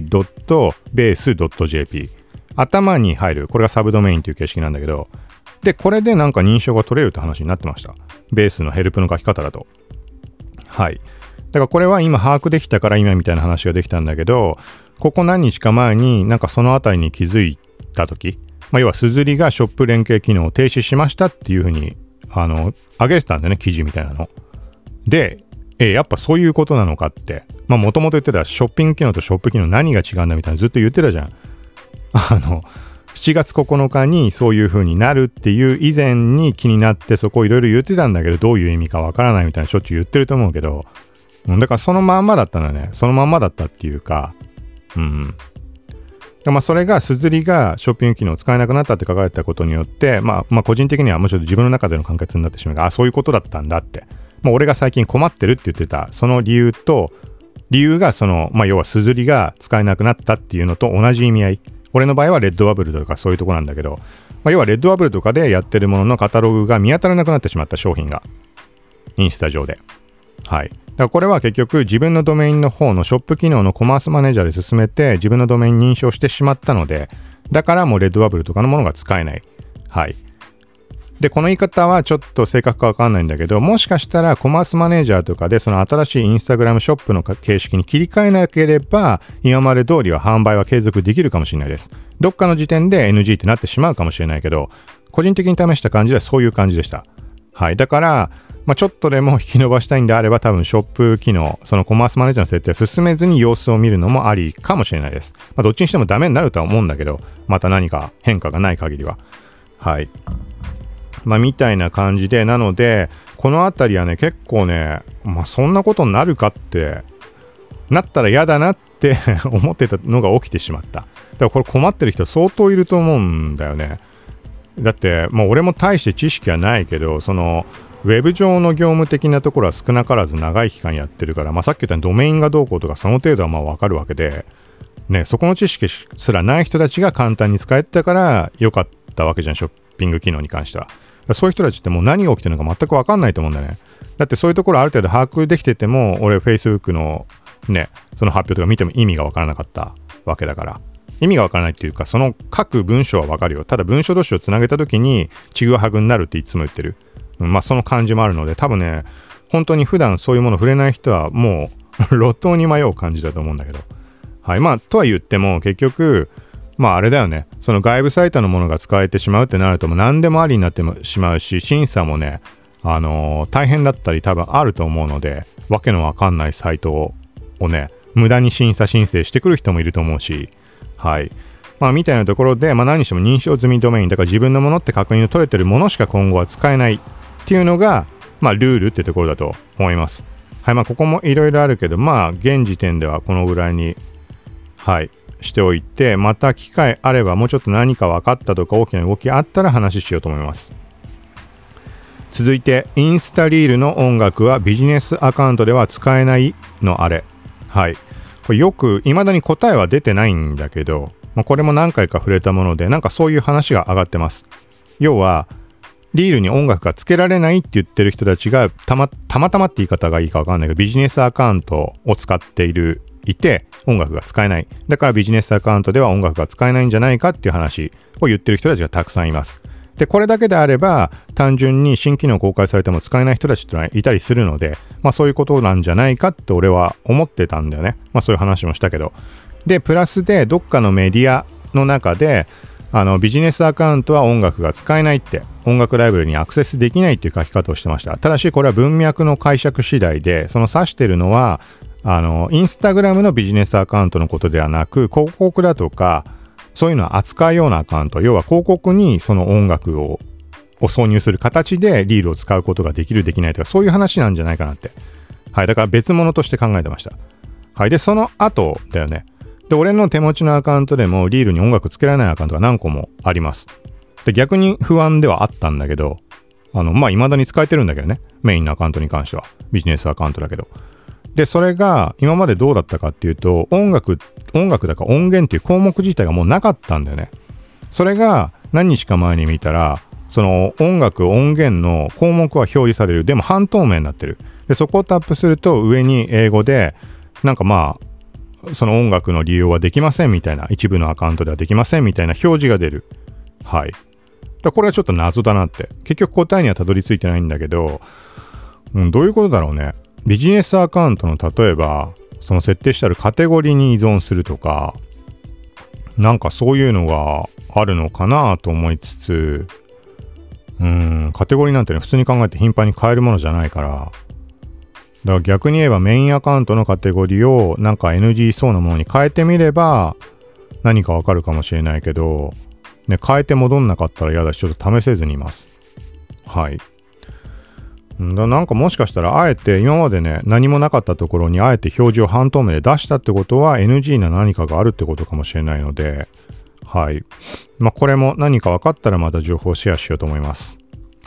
.base.jp。頭に入る。これがサブドメインという形式なんだけど、で、これでなんか認証が取れるって話になってました。ベースのヘルプの書き方だと。はい。だからこれは今把握できたから今みたいな話ができたんだけど、ここ何日か前になんかそのあたりに気づいたとき、まあ、要はすずりがショップ連携機能を停止しましたっていうふうに、あの、上げてたんだよね、記事みたいなの。で、えー、やっぱそういうことなのかって、まあもともと言ってたショッピング機能とショップ機能何が違うんだみたいなずっと言ってたじゃん。あの、しちがつここのかにそういう風になるっていう以前に気になってそこをいろいろ言ってたんだけど、どういう意味かわからないみたいなしょっちゅう言ってると思うけど、だからそのまんまだったんだね。そのまんまだったっていうか、うん。まあそれがすずりがショッピング機能を使えなくなったって書かれたことによって、まあまあ個人的にはむしろ自分の中での完結になってしまうが、あ、そういうことだったんだって。 まあ、俺が最近困ってるって言ってたその理由と、理由がその、まあ、要は硯が使えなくなったっていうのと同じ意味合い。俺の場合はレッドバブルとかそういうとこなんだけど、まあ、要はレッドバブルとかでやってるもののカタログが見当たらなくなってしまった商品がインスタ上で。はい。だからこれは結局自分のドメインの方のショップ機能のコマースマネージャーで進めて自分のドメイン認証してしまったので、だからもうレッドバブルとかのものが使えない。はい。で、この言い方はちょっと正確かわかんないんだけど、もしかしたらコマースマネージャーとかでその新しいインスタグラムショップの形式に切り替えなければ、今まで通りは販売は継続できるかもしれないです。どっかの時点で エヌジー ってなってしまうかもしれないけど、個人的に試した感じではそういう感じでした。はい。だから、まあ、ちょっとでも引き伸ばしたいんであれば、多分ショップ機能、そのコマースマネージャーの設定を進めずに様子を見るのもありかもしれないです。まあ、どっちにしてもダメになるとは思うんだけど、また何か変化がない限りは。はい。まあ、みたいな感じで、なので、このあたりはね、結構ね、まあ、そんなことになるかって、なったら嫌だなって思ってたのが起きてしまった。だからこれ困ってる人相当いると思うんだよね。だって、まあ、俺も大して知識はないけど、その、ウェブ上の業務的なところは少なからず長い期間やってるから、まあ、さっき言ったようにドメインがどうこうとかその程度はまあわかるわけで、ね、そこの知識すらない人たちが簡単に使えたから良かったわけじゃん、ショッピング機能に関しては。そういう人たちってもう何が起きてるのか全く分かんないと思うんだよね。だってそういうところある程度把握できてても、俺 Facebook のね、その発表とか見ても意味が分からなかったわけだから。意味が分からないっていうか、その書く文章は分かるよ。ただ文章同士をつなげた時にちぐはぐになるっていつも言ってる。うん、まあその感じもあるので、多分ね、本当に普段そういうもの触れない人はもう路頭に迷う感じだと思うんだけど。はい。まあとは言っても結局、まああれだよね。その外部サイトのものが使えてしまうってなるともう何でもありになってしまうし、審査もね、あのー、大変だったり多分あると思うので、わけのわかんないサイトを、をね、無駄に審査申請してくる人もいると思うし、はい。まあみたいなところで、まあ何にしても認証済みドメイン、だから自分のものって確認の取れてるものしか今後は使えないっていうのが、まあルールってところだと思います。はい。まあここもいろいろあるけど、まあ現時点ではこのぐらいに、はい。しておいて、また機会あればもうちょっと何か分かったとか大きな動きあったら話ししようと思います。続いて、インスタリールの音楽はビジネスアカウントでは使えないのあれ。はい。これよく未だに答えは出てないんだけど、まあ、これも何回か触れたもので、なんかそういう話が上がってます。要は、リールに音楽がつけられないって言ってる人たちがたまたまたまって言い方がいいか分かんないけど、ビジネスアカウントを使っているいて音楽が使えない。だからビジネスアカウントでは音楽が使えないんじゃないかっていう話を言ってる人たちがたくさんいます。で、これだけであれば単純に新機能公開されても使えない人たちってのはいたりするので、まあそういうことなんじゃないかって俺は思ってたんだよね。まあそういう話もしたけど。で、プラスでどっかのメディアの中であのビジネスアカウントは音楽が使えないって、音楽ライブラリにアクセスできないっていう書き方をしてました。ただしこれは文脈の解釈次第で、その指してるのはあのインスタグラムのビジネスアカウントのことではなく、広告だとかそういうのを扱うようなアカウント、要は広告にその音楽をを挿入する形でリールを使うことができるできないとか、そういう話なんじゃないかなって。はい。だから別物として考えてました。はい。で、その後だよね。で、俺の手持ちのアカウントでもリールに音楽つけられないアカウントが何個もあります。で、逆に不安ではあったんだけど、あの、まあ、未だに使えてるんだけどね。メインのアカウントに関しては。ビジネスアカウントだけど。で、それが今までどうだったかっていうと、音楽、音楽だか音源っていう項目自体がもうなかったんだよね。それが何日か前に見たら、その音楽、音源の項目は表示される。でも半透明になってる。で、そこをタップすると上に英語で、なんかまあ、その音楽の利用はできませんみたいな、一部のアカウントではできませんみたいな表示が出る。はい。だこれはちょっと謎だなって。結局答えにはたどり着いてないんだけど、うん、どういうことだろうね。ビジネスアカウントの例えば、その設定してあるカテゴリーに依存するとか、なんかそういうのがあるのかなと思いつつ、うーん、カテゴリーなんてね、普通に考えて頻繁に変えるものじゃないから、だから逆に言えばメインアカウントのカテゴリーをなんか エヌジー そうなものに変えてみれば何かわかるかもしれないけど、ね、変えて戻んなかったら嫌だし、ちょっと試せずにいます。はい。だなんかもしかしたらあえて今までね何もなかったところにあえて表示を半透明で出したってことは エヌジー な何かがあるってことかもしれないので、はい。まあこれも何か分かったらまた情報をシェアしようと思います。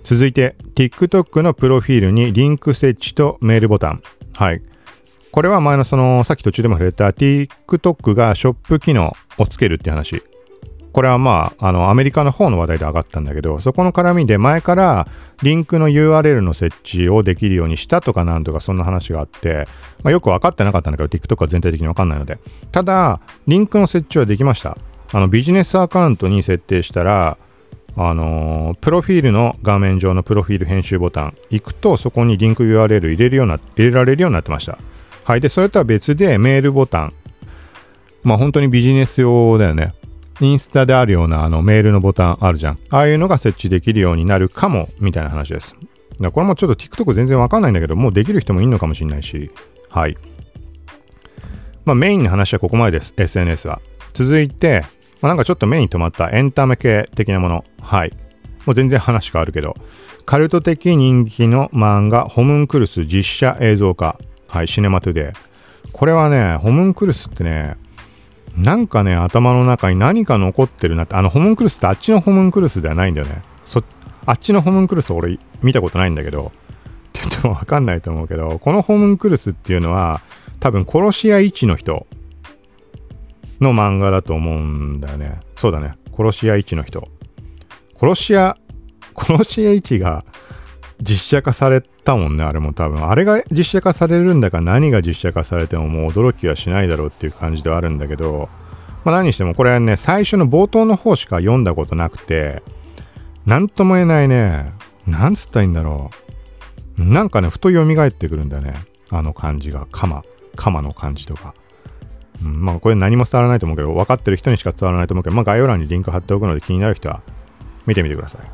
続いて TikTok のプロフィールにリンク設置とメールボタン。はい。これは前のそのさっき途中でも触れた TikTok がショップ機能をつけるっていう話。これはまあ、あのアメリカの方の話題で上がったんだけど、そこの絡みで前からリンクの ユーアールエル の設置をできるようにしたとかなんとかそんな話があって、まあ、よく分かってなかったんだけど TikTok は全体的に分かんないので。ただ、リンクの設置はできました。あのビジネスアカウントに設定したら、あのー、プロフィールの画面上のプロフィール編集ボタン行くとそこにリンク ユーアールエル 入れるような、入れられるようになってました。はい。で、それとは別でメールボタン。まあ本当にビジネス用だよね。インスタであるようなあのメールのボタンあるじゃん。ああいうのが設置できるようになるかもみたいな話です。だからこれもちょっと TikTok 全然わかんないんだけど、もうできる人もいるのかもしれないし。はい。まあメインの話はここまでです。エスエヌエス は。続いて、まあ、なんかちょっと目に留まったエンタメ系的なもの。はい。もう全然話変わるけど。カルト的人気の漫画ホムンクルス実写映像化。はい。シネマトゥデイ。これはね、ホムンクルスってね、なんかね、頭の中に何か残ってるなって。あの、ホムンクルスってあっちのホムンクルスではないんだよね。そ、あっちのホムンクルス俺見たことないんだけど、って言ってもわかんないと思うけど、このホムンクルスっていうのは、多分殺し屋一の人の漫画だと思うんだよね。そうだね。殺し屋一の人。殺し屋、殺し屋一が実写化されたもんね、あれも多分。あれが実写化されるんだか何が実写化されてももう驚きはしないだろうっていう感じではあるんだけど、まあ何にしてもこれはね、最初の冒頭の方しか読んだことなくて、なんとも言えないね、なんつったらいいんだろう。なんかね、ふと蘇ってくるんだよね。あの感じが、カマ、カマの感じとか。うん、まあこれ何も伝わらないと思うけど、分かってる人にしか伝わらないと思うけど、まあ概要欄にリンク貼っておくので気になる人は見てみてください。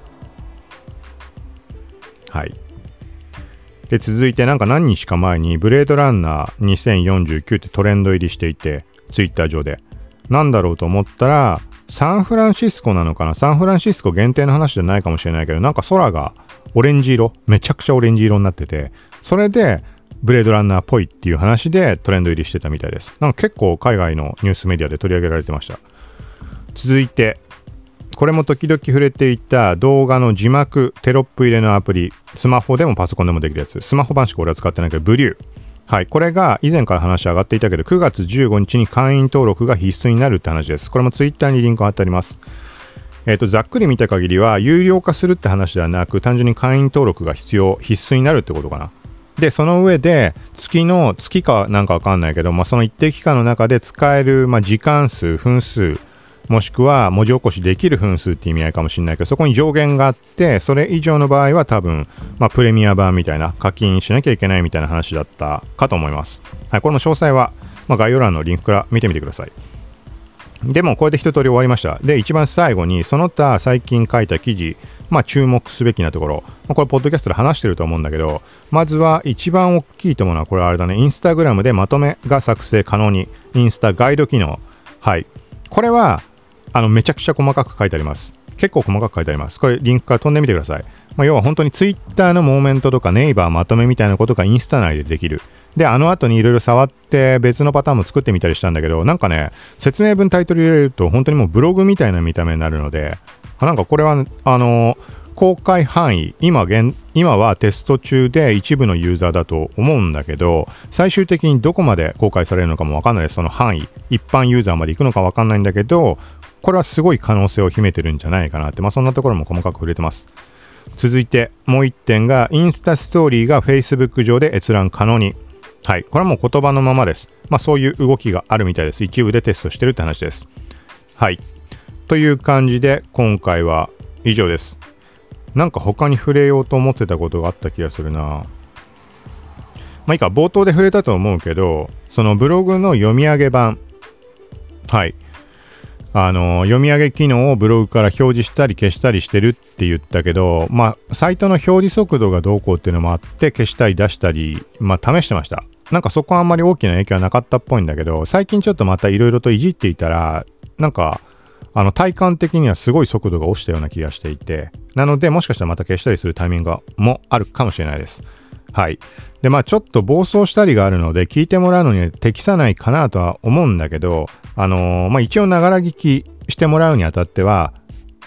はい。で、続いてなんか何日か前にブレードランナーにせんよんじゅうきゅうってトレンド入りしていて、ツイッター上で。なんだろうと思ったら、サンフランシスコなのかな。サンフランシスコ限定の話じゃないかもしれないけど、なんか空がオレンジ色、めちゃくちゃオレンジ色になってて、それでブレードランナーっぽいっていう話でトレンド入りしてたみたいです。なんか結構海外のニュースメディアで取り上げられてました。続いて、これも時々触れていた動画の字幕、テロップ入れのアプリ、スマホでもパソコンでもできるやつ。スマホ版しか俺は使ってないけど、ブリュー。はい。これが以前から話上がっていたけど、くがつじゅうごにちに会員登録が必須になるって話です。これもツイッターにリンク貼ってあります。えっと、ざっくり見た限りは、有料化するって話ではなく、単純に会員登録が必要、必須になるってことかな。で、その上で、月の、月かなんかわかんないけど、まあ、その一定期間の中で使える、まあ、時間数、分数、もしくは文字起こしできる分数って意味合いかもしれないけど、そこに上限があって、それ以上の場合は多分、まあ、プレミア版みたいな、課金しなきゃいけないみたいな話だったかと思います。はい、これも詳細は、まあ、概要欄のリンクから見てみてください。でも、これで一通り終わりました。で、一番最後に、その他最近書いた記事、まあ、注目すべきなところ、まあ、これ、ポッドキャストで話してると思うんだけど、まずは一番大きいと思うのは、これあれだね、インスタグラムでまとめが作成可能に、インスタガイド機能。はい。これは、あの、めちゃくちゃ細かく書いてあります。結構細かく書いてあります。これ、リンクから飛んでみてください。まあ、要は本当にツイッターのモーメントとかネイバーまとめみたいなことがインスタ内でできる。で、あの後にいろいろ触って別のパターンも作ってみたりしたんだけど、なんかね、説明文タイトル入れると本当にもうブログみたいな見た目になるので、なんかこれは、あの、公開範囲、今現、今はテスト中で一部のユーザーだと思うんだけど、最終的にどこまで公開されるのかもわかんないです。その範囲、一般ユーザーまで行くのかわかんないんだけど、これはすごい可能性を秘めてるんじゃないかなって、まあそんなところも細かく触れてます。続いてもう一点が、インスタストーリーが Facebook 上で閲覧可能に。はい。これはもう言葉のままです。まあそういう動きがあるみたいです。一部でテストしてるって話です。はい。という感じで今回は以上です。なんか他に触れようと思ってたことがあった気がするな。まあいいか、冒頭で触れたと思うけど、そのブログの読み上げ版。はい。あの、読み上げ機能をブログから表示したり消したりしてるって言ったけど、まあ、サイトの表示速度がどうこうっていうのもあって、消したり出したり、まあ、試してました。なんかそこはあんまり大きな影響はなかったっぽいんだけど、最近ちょっとまたいろいろといじっていたら、なんか、あの、体感的にはすごい速度が落ちたような気がしていて、なので、もしかしたらまた消したりするタイミングもあるかもしれないです。はい。で、まあちょっと暴走したりがあるので、聞いてもらうのに適さないかなとは思うんだけど、あのー、まあ一応ながら聞きしてもらうにあたっては、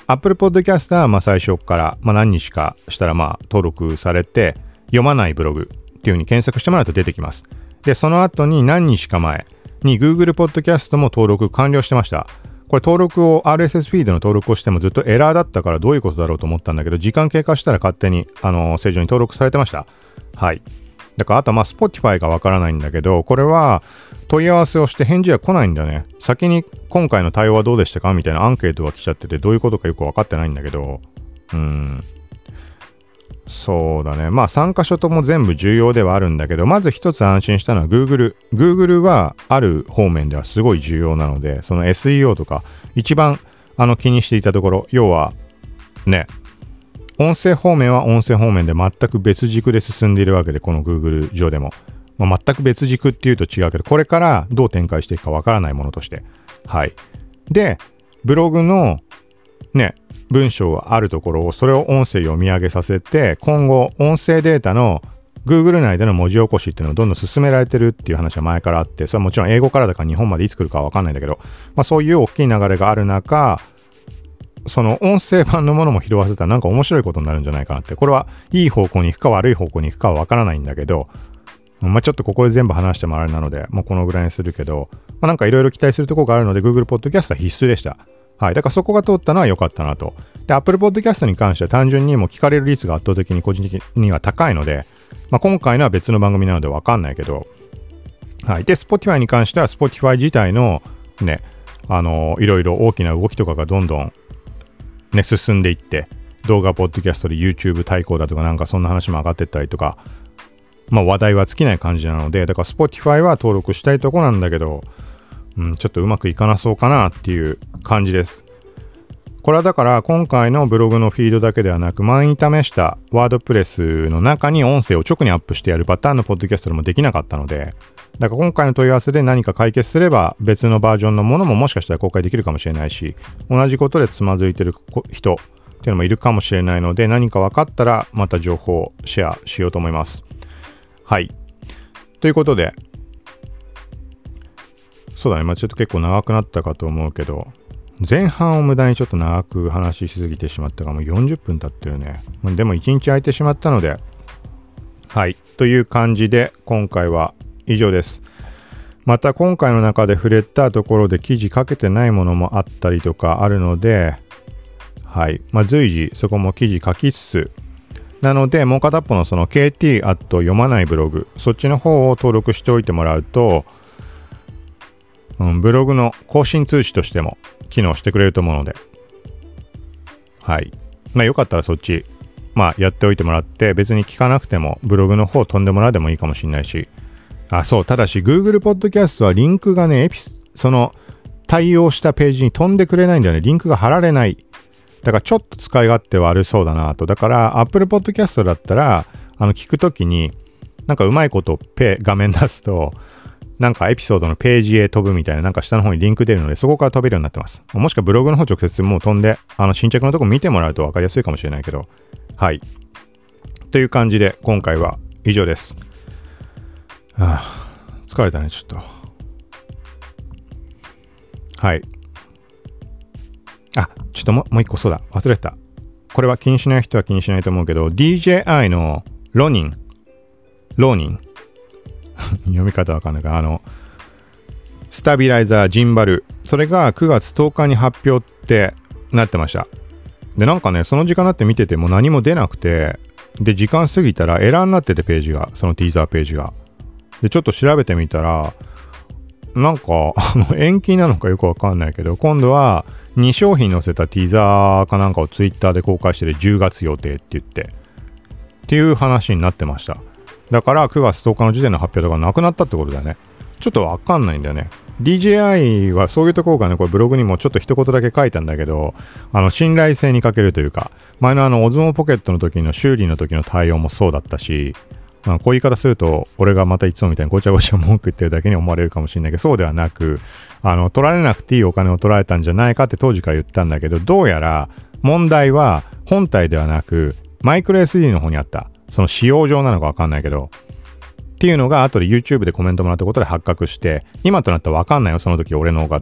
Apple Podcast はまあ最初から、まあ、何日かしたらまあ登録されて、読まないブログっていう風に検索してもらうと出てきます。で、その後に何日か前に Google Podcast も登録完了してました。これ登録を アールエスエス フィードの登録をしてもずっとエラーだったからどういうことだろうと思ったんだけど、時間経過したら勝手にあの正常に登録されてました。はい。だからあとはまあ Spotify がわからないんだけど、これは問い合わせをして返事が来ないんだね。先に今回の対応はどうでしたかみたいなアンケートが来ちゃってて、どういうことかよくわかってないんだけど、うーん。そうだね。まあさん箇所とも全部重要ではあるんだけど、まず一つ安心したのは Google。Google はある方面ではすごい重要なので、その エスイーオー とか一番あの気にしていたところ、要はね、音声方面は音声方面で全く別軸で進んでいるわけで、この Google 上でも。まあ、全く別軸っていうと違うけど、これからどう展開していくかわからないものとして。はい。で、ブログのね、文章があるところを、それを音声読み上げさせて、今後、音声データの Google 内での文字起こしっていうのをどんどん進められてるっていう話は前からあって、それはもちろん英語からだから日本までいつ来るかはわかんないんだけど、まあそういう大きい流れがある中、その音声版のものも拾わせたらなんか面白いことになるんじゃないかなって。これはいい方向に行くか悪い方向に行くかはわからないんだけど、まあちょっとここで全部話してもあれなので、もうこのぐらいにするけど、まあなんかいろいろ期待するところがあるので Google Podcast は必須でした。はい。だからそこが通ったのは良かったなと。で、Apple Podcast に関しては単純にもう聞かれる率が圧倒的に個人的には高いので、まあ今回のは別の番組なのでわかんないけど、はい。で、Spotify に関しては Spotify 自体のね、あのー、いろいろ大きな動きとかがどんどんね、進んでいって、動画、ポッドキャストで YouTube 対抗だとかなんかそんな話も上がってったりとか、まあ話題は尽きない感じなので、だから Spotify は登録したいとこなんだけど、うん、ちょっとうまくいかなそうかなっていう感じです。これはだから今回のブログのフィードだけではなく、前に試したワードプレスの中に音声を直にアップしてやるパターンのポッドキャストでもできなかったので、だから今回の問い合わせで何か解決すれば別のバージョンのものももしかしたら公開できるかもしれないし、同じことでつまずいてる人っていうのもいるかもしれないので、何か分かったらまた情報をシェアしようと思います。はい。ということで、そうだね、まあちょっと結構長くなったかと思うけど、前半を無駄にちょっと長く話しすぎてしまったが、もうよんじゅっぷん経ってるね。でもいちにち空いてしまったので、はい。という感じで今回は以上です。また今回の中で触れたところで記事書けてないものもあったりとかあるので、はい。まあ随時そこも記事書きつつ、なのでもう片っぽのその ケーティー アット 読まないブログ、そっちの方を登録しておいてもらうと、うん、ブログの更新通知としても機能してくれると思うので、はい。まあよかったらそっち、まあやっておいてもらって、別に聞かなくてもブログの方飛んでもらうでもいいかもしれないし、あ、そう、ただし Google Podcast はリンクがね、エピその対応したページに飛んでくれないんだよね。リンクが貼られない。だからちょっと使い勝手悪そうだなと。だから Apple Podcast だったら、あの聞くときに、なんかうまいことペ画面出すと、なんかエピソードのページへ飛ぶみたいな、なんか下の方にリンク出るので、そこから飛べるようになってます。もしくはブログの方直接もう飛んで、あの新着のとこ見てもらうと分かりやすいかもしれないけど、はい。という感じで今回は以上です。はあ、疲れたね、ちょっと。はい。あ、ちょっとももう一個そうだ。忘れてた。これは気にしない人は気にしないと思うけど、ディージェーアイ のロニン。ローニン。読み方わかんないから、あの、スタビライザージンバル。それがくがつとおかに発表ってなってました。で、なんかね、その時間になって見てても何も出なくて、で、時間過ぎたらエラーになっててページが、そのティーザーページが。で、ちょっと調べてみたら、なんか、延期なのかよくわかんないけど、今度はに商品載せたティーザーかなんかをツイッターで公開しててじゅうがつ予定って言って、っていう話になってました。だからくがつとおかの時点の発表とかなくなったってことだよね。ちょっとわかんないんだよね。ディージェーアイ はそういうところがね、これブログにもちょっと一言だけ書いたんだけど、あの、信頼性に欠けるというか、前のあの、オズモポケットの時の修理の時の対応もそうだったし、まあ、こういう言い方すると、俺がまたいつもみたいにごちゃごちゃ文句言ってるだけに思われるかもしれないけど、そうではなく、あの、取られなくていいお金を取られたんじゃないかって当時から言ったんだけど、どうやら問題は本体ではなく、マイクロ エスディー の方にあった。その使用上なのかわかんないけど、っていうのが後で YouTube でコメントもらったことで発覚して、今となったらわかんないよ、その時俺のが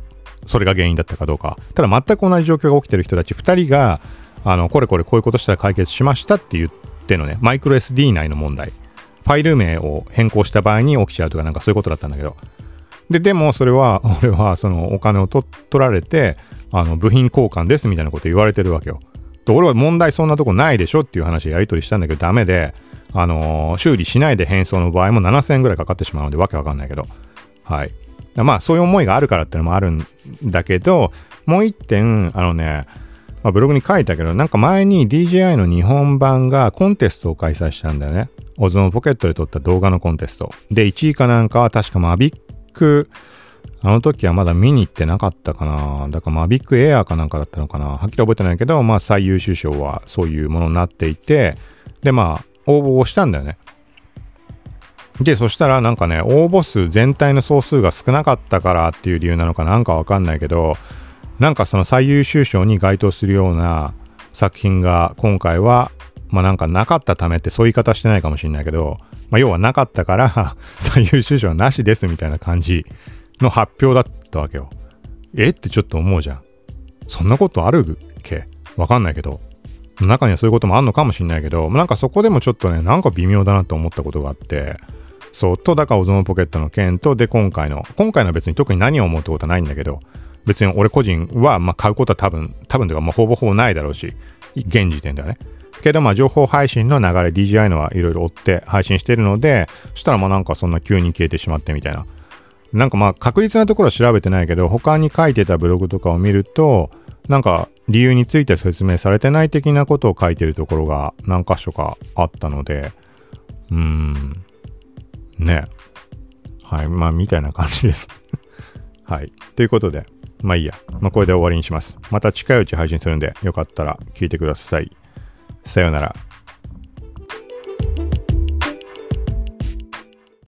それが原因だったかどうか。ただ全く同じ状況が起きてる人たちふたりが、あの、これこれこういうことしたら解決しましたって言ってのね、マイクロ エスディー 内の問題。ファイル名を変更した場合に起きちゃうとかなんかそういうことだったんだけど。で、でもそれは、俺はそのお金を取られて、あの、部品交換ですみたいなこと言われてるわけよ。で、俺は問題そんなとこないでしょっていう話でやり取りしたんだけどダメで、あのー、修理しないで返送の場合もななせんえんぐらいかかってしまうのでわけわかんないけど。はい。まあそういう思いがあるからっていうのもあるんだけど、もう一点、あのね、まあ、ブログに書いたけど、なんか前に ディージェーアイ の日本版がコンテストを開催したんだよね。オズモポケットで撮った動画のコンテスト。で、いちいかなんかは確かマビック、あの時はまだ見に行ってなかったかな。だからマビックエアーかなんかだったのかな。はっきり覚えてないけど、まあ最優秀賞はそういうものになっていて、でまあ応募をしたんだよね。で、そしたらなんかね、応募数全体の総数が少なかったからっていう理由なのかなんかわかんないけど、なんかその最優秀賞に該当するような作品が今回は、まあなんかなかったためってそういう言い方してないかもしれないけど、まあ要はなかったから最優秀賞はなしですみたいな感じの発表だったわけよ。えってちょっと思うじゃん。そんなことあるっけ？わかんないけど。中にはそういうこともあんのかもしれないけど、なんかそこでもちょっとね、なんか微妙だなと思ったことがあって、そう、と、だからオズモポケットの件と、で、今回の、今回の別に特に何を思うってことはないんだけど、別に俺個人は、まあ買うことは多分、多分というか、まあほぼほぼないだろうし、現時点ではね。けど、まあ情報配信の流れ、ディージェーアイ のはいろいろ追って配信してるので、そしたらまあなんかそんな急に消えてしまってみたいな。なんかまあ確率なところは調べてないけど、他に書いてたブログとかを見ると、なんか理由について説明されてない的なことを書いてるところが何箇所かあったので、うーん、ね。はい、まあみたいな感じです。はい。ということで、まあいいや。まあこれで終わりにします。また近いうち配信するんで、よかったら聞いてください。さようなら。